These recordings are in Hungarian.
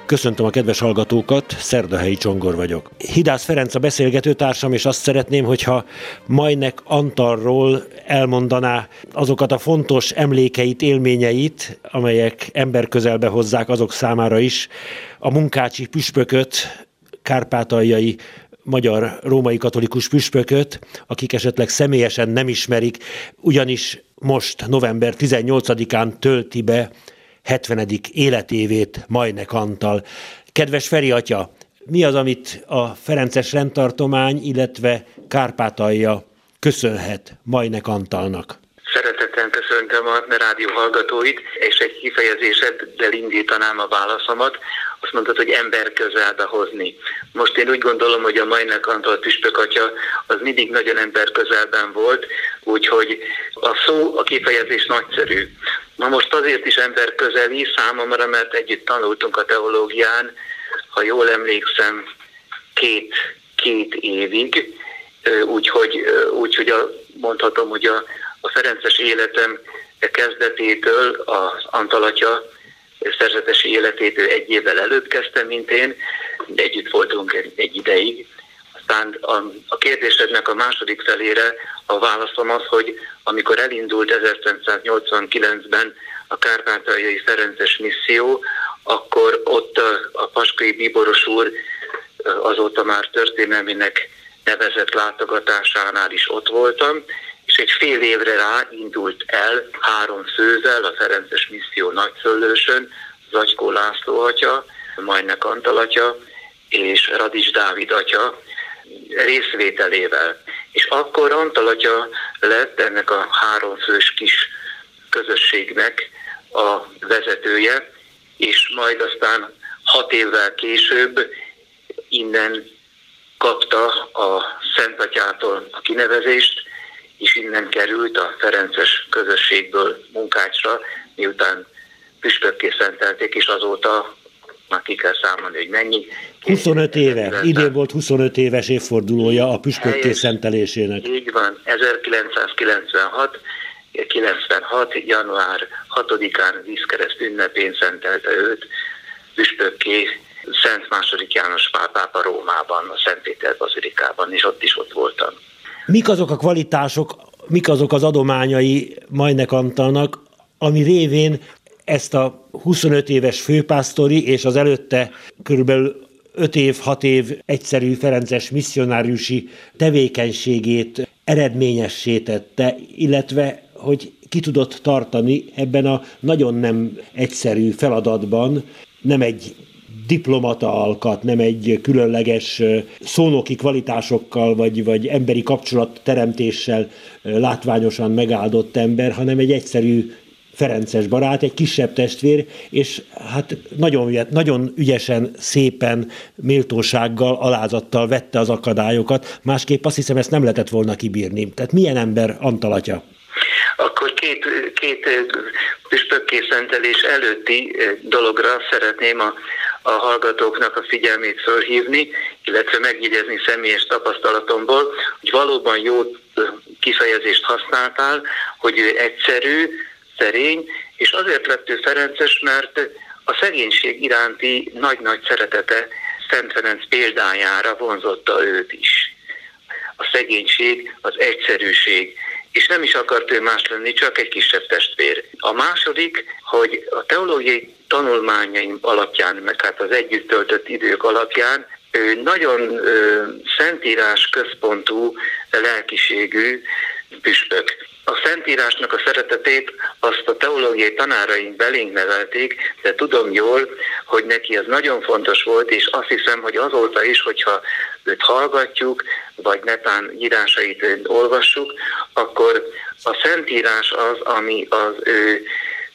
Köszöntöm a kedves hallgatókat, Szerdahelyi Csongor vagyok. Hidász Ferenc a beszélgetőtársam, és azt szeretném, hogyha Majnek Antalról elmondaná azokat a fontos emlékeit, élményeit, amelyek emberközelbe hozzák azok számára is a munkácsi püspököt, kárpátaljai magyar római katolikus püspököt, akik esetleg személyesen nem ismerik, ugyanis most november 18-án tölti be 70. életévét Majnek Antal. Kedves Feri atya, mi az, amit a ferences rendtartomány, illetve Kárpátalja köszönhet Majnek Antalnak? Szeretettel köszöntöm a rádió hallgatóit, és egy kifejezéssel indítanám a válaszomat. Azt mondtad, hogy ember közelbe hozni. Most én úgy gondolom, hogy a Majnek Antal püspökatya az mindig nagyon ember közelben volt, úgyhogy a kifejezés nagyszerű. Na most azért is ember közeli számomra, mert együtt tanultunk a teológián, ha jól emlékszem, két évig, úgyhogy mondhatom, hogy a ferences életem kezdetétől az Antal atya szerzetesi életét egy évvel előbb kezdtem, mint én, együtt voltunk egy ideig. Aztán a kérdésednek a második felére a válaszom az, hogy amikor elindult 1989-ben a kárpátaljai ferences misszió, akkor ott a paskai bíboros úr azóta már történelminek nevezett látogatásánál is ott voltam, és egy fél évre rá indult el 3 fővel a ferences misszió Nagyszöllősön, Zagykó László atya, Majnek Antal atya és Radics Dávid atya részvételével. És akkor Antal atya lett ennek a 3 fős kis közösségnek a vezetője, és majd aztán 6 évvel később innen kapta a Szent Atyától a kinevezést, és innen került a ferences közösségből Munkácsra, miután püspökké szentelték, és azóta már ki kell számolni, hogy mennyi. 25 éve, idén volt 25 éves évfordulója a püspökké szentelésének. Így van, 1996. január 6-án vízkereszt ünnepén szentelte őt püspökké Szent II. János Pál pápa Rómában, a Szent Péter bazilikában, és ott is ott voltam. Mik azok a kvalitások, mik azok az adományai Majnek Antalnak, ami révén ezt a 25 éves főpásztori és az előtte körülbelül 5 év egyszerű ferences misszionáriusi tevékenységét eredményessé tette, illetve hogy ki tudott tartani ebben a nagyon nem egyszerű feladatban, nem egy diplomata alkat, nem egy különleges szónoki kvalitásokkal vagy emberi kapcsolatteremtéssel látványosan megáldott ember, hanem egy egyszerű ferences barát, egy kisebb testvér, és hát nagyon ügyesen, szépen, méltósággal, alázattal vette az akadályokat. Másképp azt hiszem, ezt nem lehetett volna kibírni. Tehát milyen ember Antal atya? Akkor két püspökké szentelés előtti dologra szeretném a hallgatóknak a figyelmét fölhívni, illetve megjegyezni személyes tapasztalatomból, hogy valóban jó kifejezést használtál, hogy ő egyszerű, szerény, és azért lett ő ferences, mert a szegénység iránti nagy-nagy szeretete Szent Ferenc példájára vonzotta őt is. A szegénység, az egyszerűség, és nem is akart ő más lenni, csak egy kisebb testvér. A második, hogy a teológiai tanulmányaim alapján, meg hát az együtt töltött idők alapján ő nagyon szentírás központú, lelkiségű püspök. A Szentírásnak a szeretetét azt a teológiai tanáraink belénk nevelték, de tudom jól, hogy neki ez nagyon fontos volt, és azt hiszem, hogy azóta is, hogyha őt hallgatjuk, vagy netán írásait olvassuk, akkor a Szentírás az, ami az ő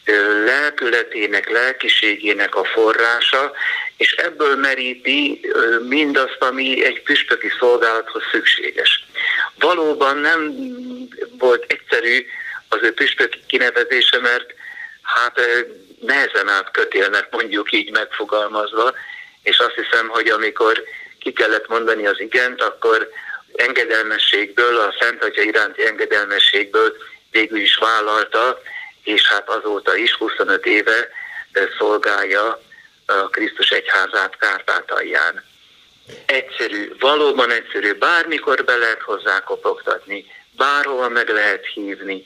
lelkületének, lelkiségének a forrása, és ebből meríti mindazt, ami egy püspöki szolgálathoz szükséges. Valóban nem volt egyszerű az ő püspöki kinevezése, mert hát nehezen állt kötélnek, mondjuk így megfogalmazva, és azt hiszem, hogy amikor ki kellett mondani az igent, akkor engedelmességből, a Szent Atya iránti engedelmességből végül is vállalta, és hát azóta is 25 éve szolgálja a Krisztus egyházát Kárpátalján. Egyszerű, valóban egyszerű, bármikor be lehet hozzá kopogtatni, bárhova meg lehet hívni,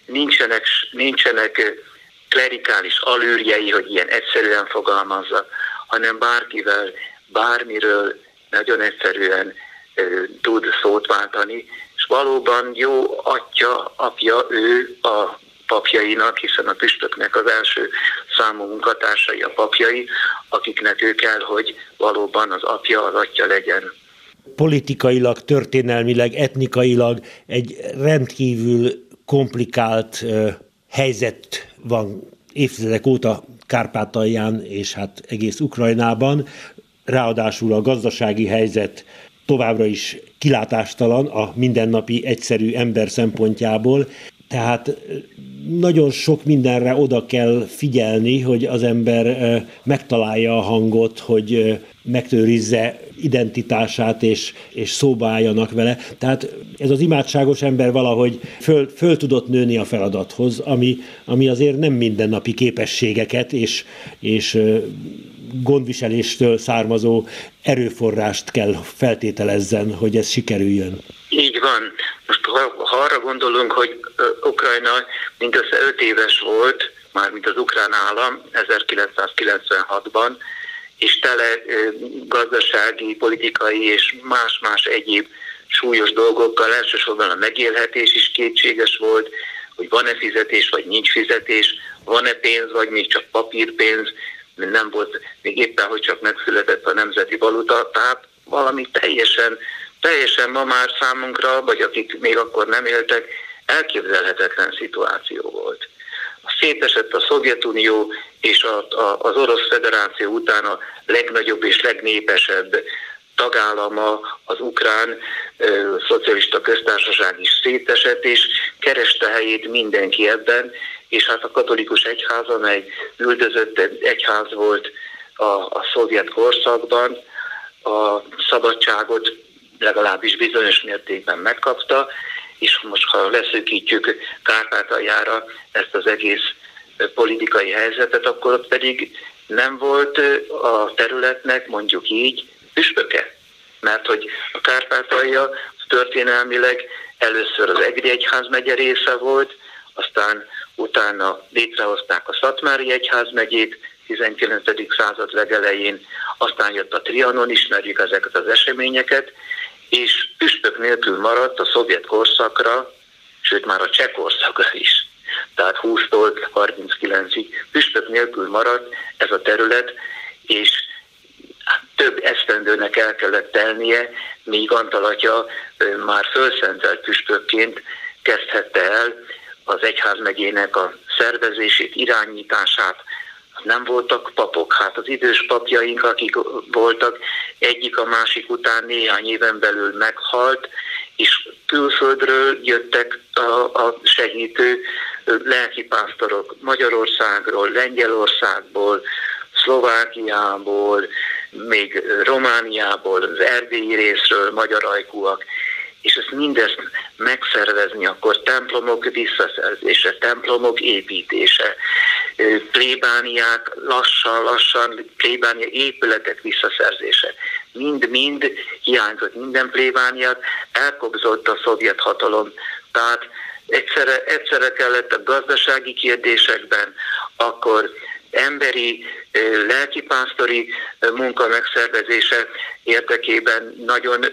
nincsenek klerikális alűrjei, hogy ilyen egyszerűen fogalmazza, hanem bárkivel, bármiről nagyon egyszerűen tud szót váltani, és valóban jó apja ő a papjainak, hiszen a püspöknek az első számú munkatársai a papjai, akiknek ő kell, hogy valóban az apja, az atya legyen. Politikailag, történelmileg, etnikailag egy rendkívül komplikált helyzet van évtizedek óta Kárpátalján és hát egész Ukrajnában. Ráadásul a gazdasági helyzet továbbra is kilátástalan a mindennapi egyszerű ember szempontjából. Tehát nagyon sok mindenre oda kell figyelni, hogy az ember megtalálja a hangot, hogy megőrizze identitását, és szóba álljanak vele. Tehát ez az imádságos ember valahogy föl tudott nőni a feladathoz, ami azért nem mindennapi képességeket és gondviseléstől származó erőforrást kell feltételezzen, hogy ez sikerüljön. Így van. Most ha arra gondolunk, hogy Ukrajna mindössze 5 éves volt, mármint az ukrán állam 1996-ban, és tele gazdasági, politikai és más-más egyéb súlyos dolgokkal, elsősorban a megélhetés is kétséges volt, hogy van-e fizetés, vagy nincs fizetés, van-e pénz, vagy még csak papírpénz, nem volt, még éppen, hogy csak megszületett a nemzeti valuta, tehát valami teljesen ma már számunkra, vagy akik még akkor nem éltek, elképzelhetetlen szituáció volt. Szétesett a Szovjetunió, és az Orosz Föderáció után a legnagyobb és legnépesebb tagállama, az ukrán szocialista köztársaság is szétesett, és kereste helyét mindenki ebben, és hát a katolikus egyház, amely üldözött egyház volt a szovjet korszakban, a szabadságot legalábbis bizonyos mértékben megkapta, és most ha leszűkítjük Kárpátaljára ezt az egész politikai helyzetet, akkor ott pedig nem volt a területnek, mondjuk így, püspöke. Mert hogy a Kárpátalja történelmileg először az Egri egyházmegye része volt, aztán utána létrehozták a Szatmári egyházmegyét 19. század legelején, aztán jött a Trianon, ismerjük ezeket az eseményeket, és püspök nélkül maradt a szovjet korszakra, sőt már a cseh korszakra is. Tehát 20-tól 39-ig püspök nélkül maradt ez a terület, és több esztendőnek el kellett telnie, míg Antal atya már fölszentelt püspökként kezdhette el az egyházmegyének a szervezését, irányítását. Nem voltak papok, hát az idős papjaink, akik voltak, egyik a másik után néhány éven belül meghalt, és külföldről jöttek a segítő lelkipásztorok Magyarországról, Lengyelországból, Szlovákiából, még Romániából, az erdélyi részről magyar ajkúak, és ezt mindezt megszervezni, akkor templomok visszaszerzése, templomok építése, plébániák lassan plébánia épületek visszaszerzése. Mind hiányzott minden plébániát, elkobzott a szovjet hatalom. Tehát egyszerre kellett a gazdasági kérdésekben, akkor emberi, lelkipásztori munka megszervezése érdekében nagyon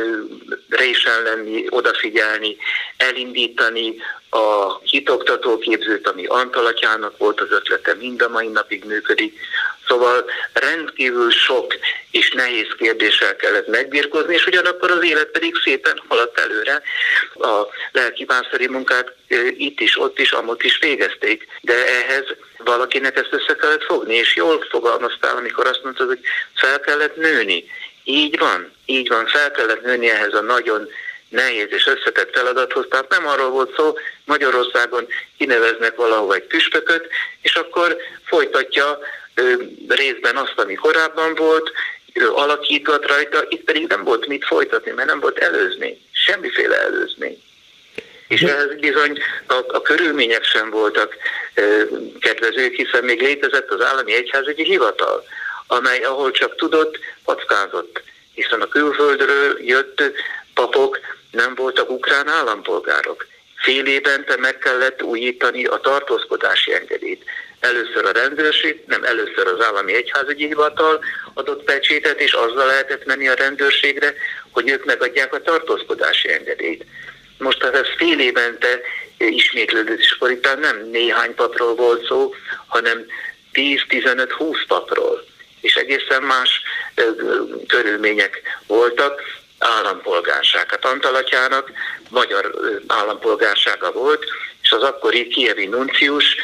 résen lenni, odafigyelni, elindítani a hitoktatóképzőt, ami Antal atyának volt az ötlete, mind a mai napig működik. Szóval rendkívül sok és nehéz kérdéssel kellett megbirkózni, és ugyanakkor az élet pedig szépen haladt előre. A lelkipásztori munkát itt is, ott is, amott is végezték, de ehhez valakinek ezt össze kellett fogni, és jól fogalmaztál, amikor azt mondtad, hogy fel kellett nőni. Így van, fel kellett nőni ehhez a nagyon nehéz és összetett feladathoz. Tehát nem arról volt szó, Magyarországon kineveznek valahol egy püspököt, és akkor folytatja részben azt, ami korábban volt, alakítgat rajta, itt pedig nem volt mit folytatni, mert nem volt előzmény, semmiféle előzmény. És ehhez bizony a körülmények sem voltak kedvezők, hiszen még létezett az állami egyházügyi hivatal, amely ahol csak tudott, packázott. Hiszen a külföldről jött papok nem voltak ukrán állampolgárok. Fél évente meg kellett újítani a tartózkodási engedélyt. Először a rendőrség, nem először az állami egyházügyi hivatal adott pecsétet, és azzal lehetett menni a rendőrségre, hogy ők megadják a tartózkodási engedélyt. Most hát ez fél évente ismétlődött, és akkor itt nem néhány papról volt szó, hanem 10-15-20 papról. És egészen más körülmények voltak, állampolgárság. Hát Antal atyának magyar állampolgársága volt, és az akkori kijevi nuncius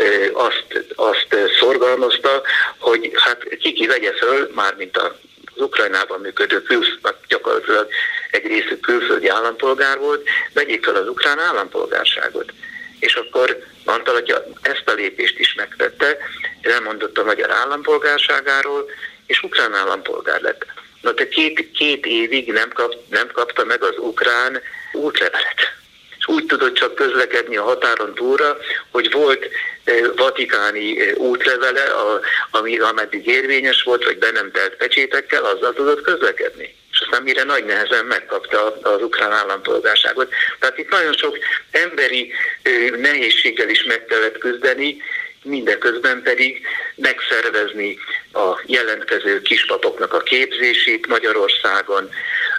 azt szorgalmazta, hogy hát ki vegye föl, mármint az Ukrajnában működő gyakorlatilag egy részük külföldi állampolgár volt, vegyék fel az ukrán állampolgárságot. És akkor Antal atya ezt a lépést is megtette, elmondott a magyar állampolgárságáról, és ukrán állampolgár lett. Na de két évig nem kapta meg az ukrán útlevelet. És úgy tudott csak közlekedni a határon túlra, hogy volt vatikáni útlevele, ameddig érvényes volt, vagy be nem telt pecsétekkel, azzal tudott közlekedni. És aztán mire nagy nehezen megkapta az ukrán állampolgárságot. Tehát itt nagyon sok emberi nehézséggel is meg kellett küzdeni, mindeközben pedig megszervezni a jelentkező kispapoknak a képzését Magyarországon,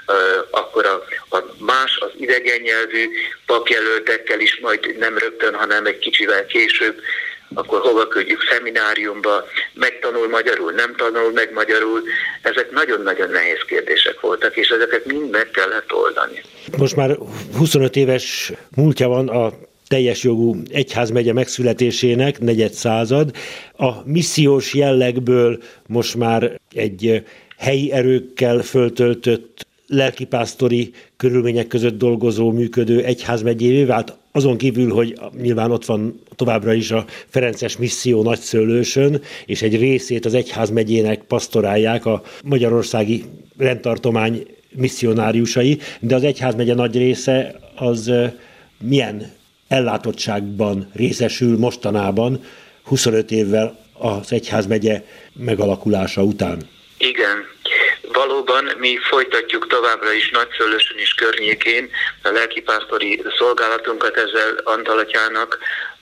akkor az idegen nyelvű papjelöltekkel is majd nem rögtön, hanem egy kicsivel később, akkor hova küldjük, szemináriumba, megtanul magyarul, nem tanul meg magyarul. Ezek nagyon-nagyon nehéz kérdések voltak, és ezeket mind meg kellett oldani. Most már 25 éves múltja van a teljes jogú egyházmegye megszületésének, negyedszázad. A missziós jellegből most már egy helyi erőkkel föltöltött lelkipásztori körülmények között dolgozó, működő egyházmegyévé vált, azon kívül, hogy nyilván ott van továbbra is a ferences misszió Nagyszőlősön, és egy részét az egyházmegyének pasztorálják a magyarországi rendtartomány misszionáriusai, de az egyházmegye nagy része az milyen ellátottságban részesül mostanában, 25 évvel az egyházmegye megalakulása után? Igen. Valóban mi folytatjuk továbbra is Nagyszőlősön és környékén a lelkipásztori szolgálatunkat, ezzel Antal atyának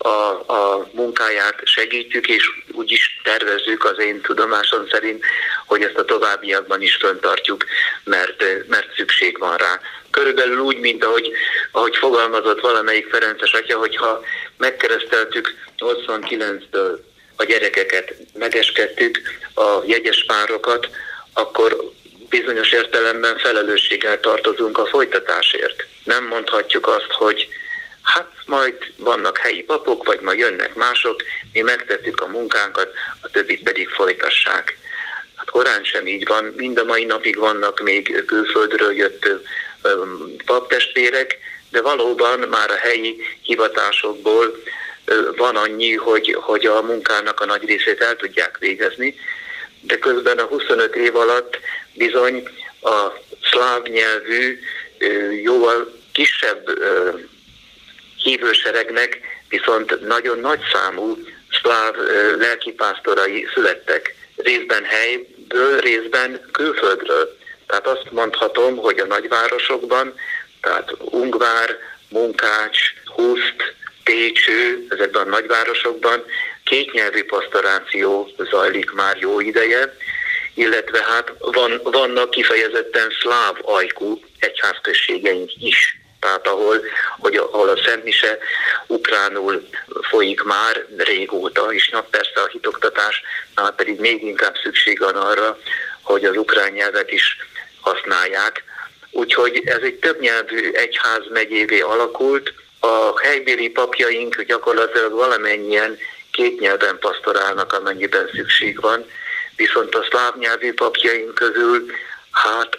a munkáját segítjük, és úgy is tervezzük az én tudomásom szerint, hogy ezt a továbbiakban is fenntartjuk, mert szükség van rá. Körülbelül úgy, mint ahogy fogalmazott valamelyik ferences atya, hogyha megkereszteltük 89-től a gyerekeket, megeskedtük a jegyes párokat, akkor bizonyos értelemben felelősséggel tartozunk a folytatásért. Nem mondhatjuk azt, hogy hát majd vannak helyi papok, vagy majd jönnek mások, mi megtettük a munkánkat, a többit pedig folytassák. Hát korán sem így van, mind a mai napig vannak még külföldről jött paptestvérek, de valóban már a helyi hivatásokból van annyi, hogy a munkának a nagy részét el tudják végezni, de közben a 25 év alatt bizony a szláv nyelvű, jóval kisebb hívőseregnek viszont nagyon nagy számú szláv lelkipásztorai születtek. Részben helyből, részben külföldről. Tehát azt mondhatom, hogy a nagyvárosokban, tehát Ungvár, Munkács, Huszt, Técső, ezekben a nagyvárosokban kétnyelvű pasztoráció zajlik már jó ideje, illetve hát vannak kifejezetten szláv ajkú egyházközségeink is. Tehát ahol a szentmise ukránul folyik már régóta, és persze a hitoktatásnál pedig még inkább szükség van arra, hogy az ukrán nyelvet is használják. Úgyhogy ez egy többnyelvű egyházmegyévé alakult. A helybéli papjaink gyakorlatilag valamennyien két nyelven pasztorálnak, amennyiben szükség van, viszont a szláv nyelvű papjaink közül hát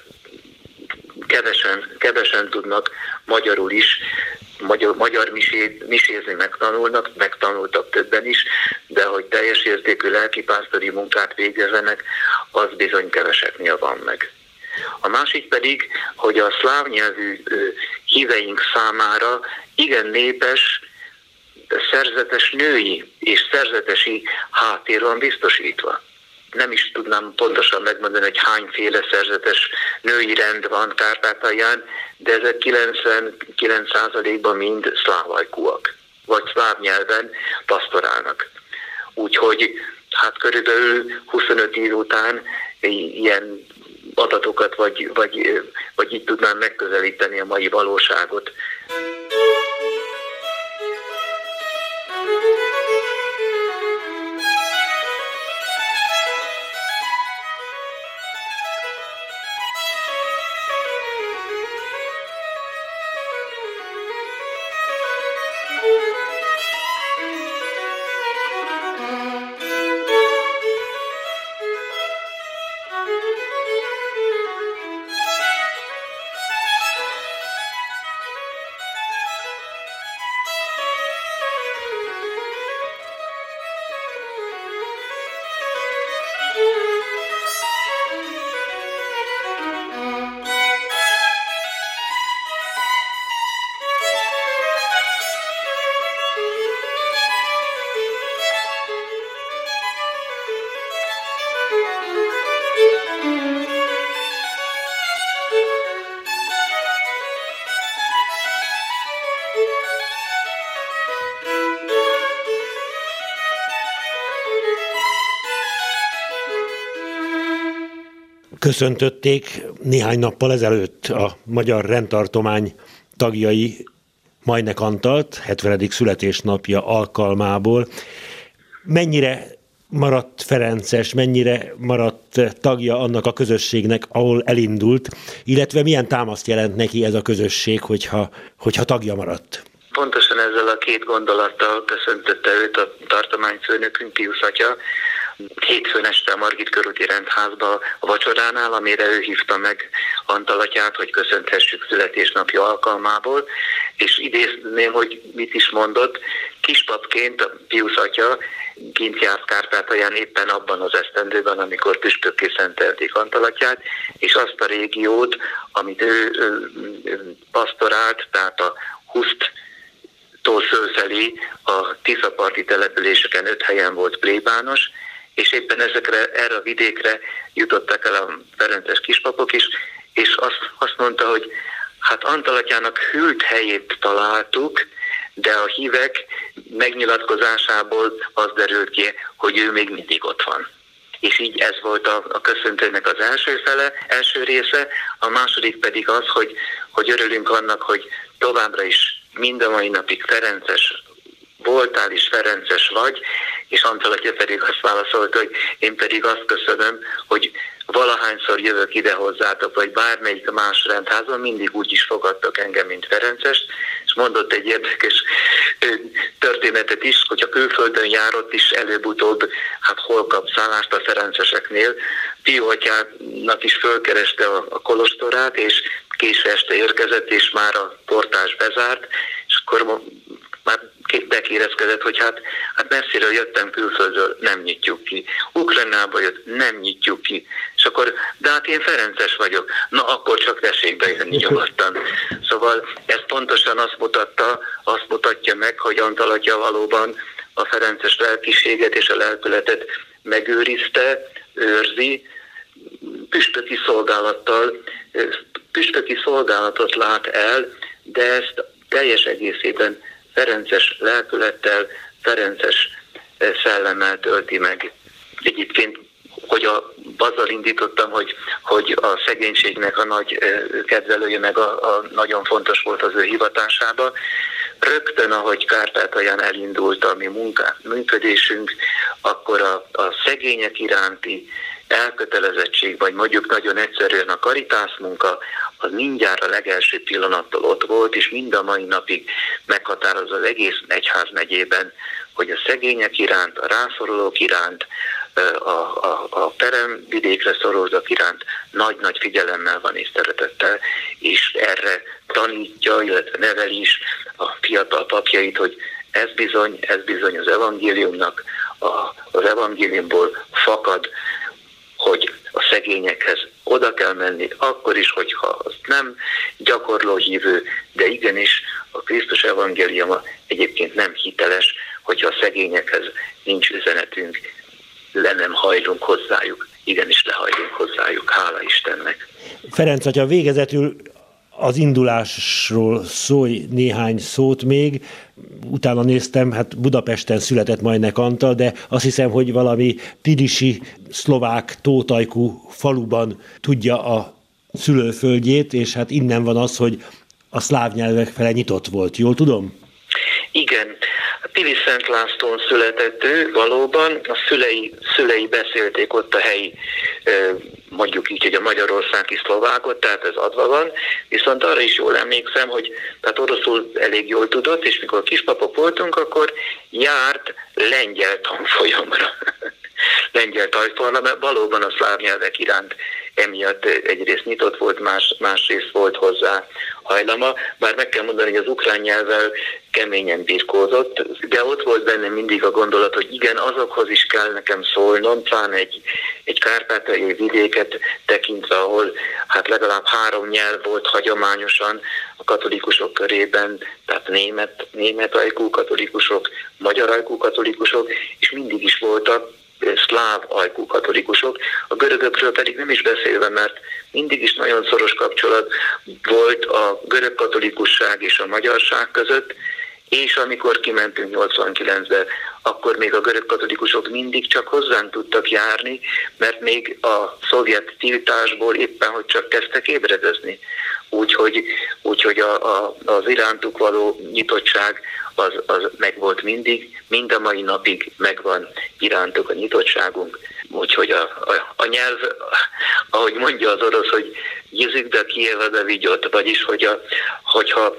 kevesen tudnak magyarul is, magyar misézni megtanultak többen is, de hogy teljes értékű lelkipásztori munkát végezzenek, az bizony keveseknél van meg. A másik pedig, hogy a szláv nyelvű híveink számára igen népes, szerzetes női és szerzetesi háttér van biztosítva. nem is tudnám pontosan megmondani, hogy hányféle szerzetes női rend van Kárpátalján, de ezek 99%-ban mind szláv ajkúak, vagy szláv nyelven pasztorálnak. Úgyhogy hát körülbelül 25 év után ilyen adatokat, vagy így tudnám megközelíteni a mai valóságot. Köszöntötték néhány nappal ezelőtt a Magyar Rendtartomány tagjai Majnek Antalt 70. születésnapja alkalmából. Mennyire maradt ferences, mennyire maradt tagja annak a közösségnek, ahol elindult, illetve milyen támaszt jelent neki ez a közösség, hogyha tagja maradt? Pontosan ezzel a két gondolattal köszöntötte őt a tartományfőnökünk, Piusz atya, hétfőn este a Margit körúti rendházba a vacsoránál, amire ő hívta meg Antal atyát, hogy köszönthessük születésnapja alkalmából, és idézném, hogy mit is mondott. Kispapként a Piusz atya kint járt Kárpátalján éppen abban az esztendőben, amikor püspökké szentelték Antal atyát, és azt a régiót, amit ő pasztorált, tehát a Huszttól fölfelé a tiszaparti településeken 5 helyen volt plébános, és éppen erre a vidékre jutottak el a ferences kispapok is, és azt mondta, hogy hát Antal atyának hűlt helyét találtuk, de a hívek megnyilatkozásából az derült ki, hogy ő még mindig ott van. És így ez volt a köszöntőnek az első része, a második pedig az, hogy örülünk annak, hogy továbbra is mind a mai napig ferences voltál és ferences vagy, és Antal atya pedig azt válaszolta, hogy én pedig azt köszönöm, hogy valahányszor jövök ide hozzátok, vagy bármelyik más rendházban, mindig úgy is fogadtak engem, mint ferencest, és mondott egy érdekes történetet is, hogy a külföldön járott is előbb-utóbb, hát hol kap szállást a ferenceseknél. Pió atyának is fölkereste a kolostorát, és késő este érkezett, és már a portás bezárt, és akkor már bekérezkedett, hogy hát messziről jöttem külföldről, nem nyitjuk ki. Ukrajnába jött, nem nyitjuk ki. És akkor, de hát én ferences vagyok, na akkor csak tessék bejönni nyugodtan. Szóval ez pontosan azt mutatja meg, hogy Antal atya valóban a ferences lelkiséget és a lelkületet megőrizte, őrzi, püspöki szolgálatot lát el, de ezt teljes egészében ferences lelkülettel, ferences szellemmel tölti meg. Egyébként, azzal indítottam, hogy a szegénységnek a nagy kedvelője, meg a nagyon fontos volt az ő hivatásába. Rögtön, ahogy Kárpátalján elindult a mi működésünk, akkor a szegények iránti elkötelezettség, vagy mondjuk nagyon egyszerűen a karitász munka, az mindjárt a legelső pillanattól ott volt, és mind a mai napig meghatározza az egész egyházmegyében, hogy a szegények iránt, a rászorulók iránt, a peremvidékre szorulók iránt nagy-nagy figyelemmel van és szeretettel, és erre tanítja, illetve nevel is a fiatal papjait, hogy ez bizony az evangéliumnak, az evangéliumból fakad, hogy a szegényekhez oda kell menni, akkor is, hogyha az nem gyakorló hívő, de igenis a Krisztus evangéliuma egyébként nem hiteles, hogyha a szegényekhez nincs üzenetünk. le nem hajlunk hozzájuk. Igenis lehajlunk hozzájuk, hála Istennek. Ferenc atya, végezetül az indulásról szólj néhány szót még. Utána néztem, hát Budapesten született Majnek Antal, de azt hiszem, hogy valami pilisi, szlovák, tótajkú faluban tudja a szülőföldjét, és hát innen van az, hogy a szláv nyelvek fele nyitott volt. Jól tudom? Igen. Pilis Szent Lászlón született ő, valóban. A szülei beszélték ott a helyi, mondjuk így, hogy a magyarországi szlovákot, tehát ez adva van. Viszont arra is jól emlékszem, hogy tehát oroszul elég jól tudott, és mikor kispapok voltunk, akkor járt lengyel tanfolyamra. Lengyel tanfolyamra, mert valóban a szláv nyelvek iránt emiatt egyrészt nyitott volt, másrészt volt hozzá hajlama, bár meg kell mondani, hogy az ukrán nyelvvel keményen birkózott, de ott volt bennem mindig a gondolat, hogy igen, azokhoz is kell nekem szólnom, pláne egy kárpátaljai vidéket tekintve, ahol hát legalább 3 nyelv volt hagyományosan a katolikusok körében, tehát német ajkú katolikusok, magyar ajkú katolikusok, és mindig is voltak szláv ajkú katolikusok, a görögökről pedig nem is beszélve, mert mindig is nagyon szoros kapcsolat volt a görög katolikusság és a magyarság között, és amikor kimentünk 89-ben, akkor még a görög katolikusok mindig csak hozzánk tudtak járni, mert még a szovjet tiltásból éppen, hogy csak kezdtek ébredezni. Úgyhogy az irántuk való nyitottság az megvolt mindig, mind a mai napig megvan irántuk a nyitottságunk. Úgyhogy a nyelv, ahogy mondja az orosz, hogy jözik be Kijeva de vigyott, vagyis hogyha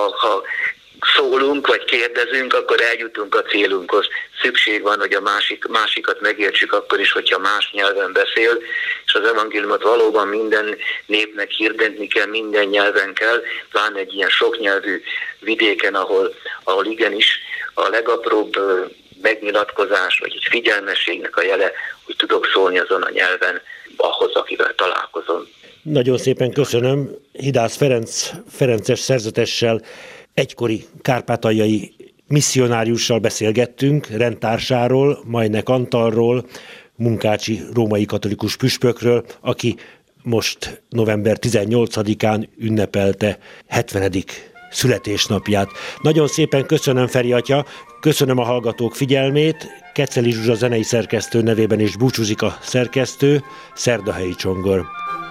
szólunk, vagy kérdezünk, akkor eljutunk a célunkhoz. Szükség van, hogy a másikat megértsük akkor is, hogyha más nyelven beszél, és az evangéliumot valóban minden népnek hirdetni kell, minden nyelven kell, pláne egy ilyen soknyelvű vidéken, ahol igenis a legapróbb megnyilatkozás, vagy egy figyelmességnek a jele, hogy tudok szólni azon a nyelven ahhoz, akivel találkozom. Nagyon szépen köszönöm. Hidász Ferences szerzetessel, egykori kárpátaljai misszionáriussal beszélgettünk, rendtársáról, Majnek Antalról, munkácsi római katolikus püspökről, aki most november 18-án ünnepelte 70. születésnapját. Nagyon szépen köszönöm, Feri atya, köszönöm a hallgatók figyelmét, Keceli Zsuzsa zenei szerkesztő nevében is búcsúzik a szerkesztő, Szerdahelyi Csongor.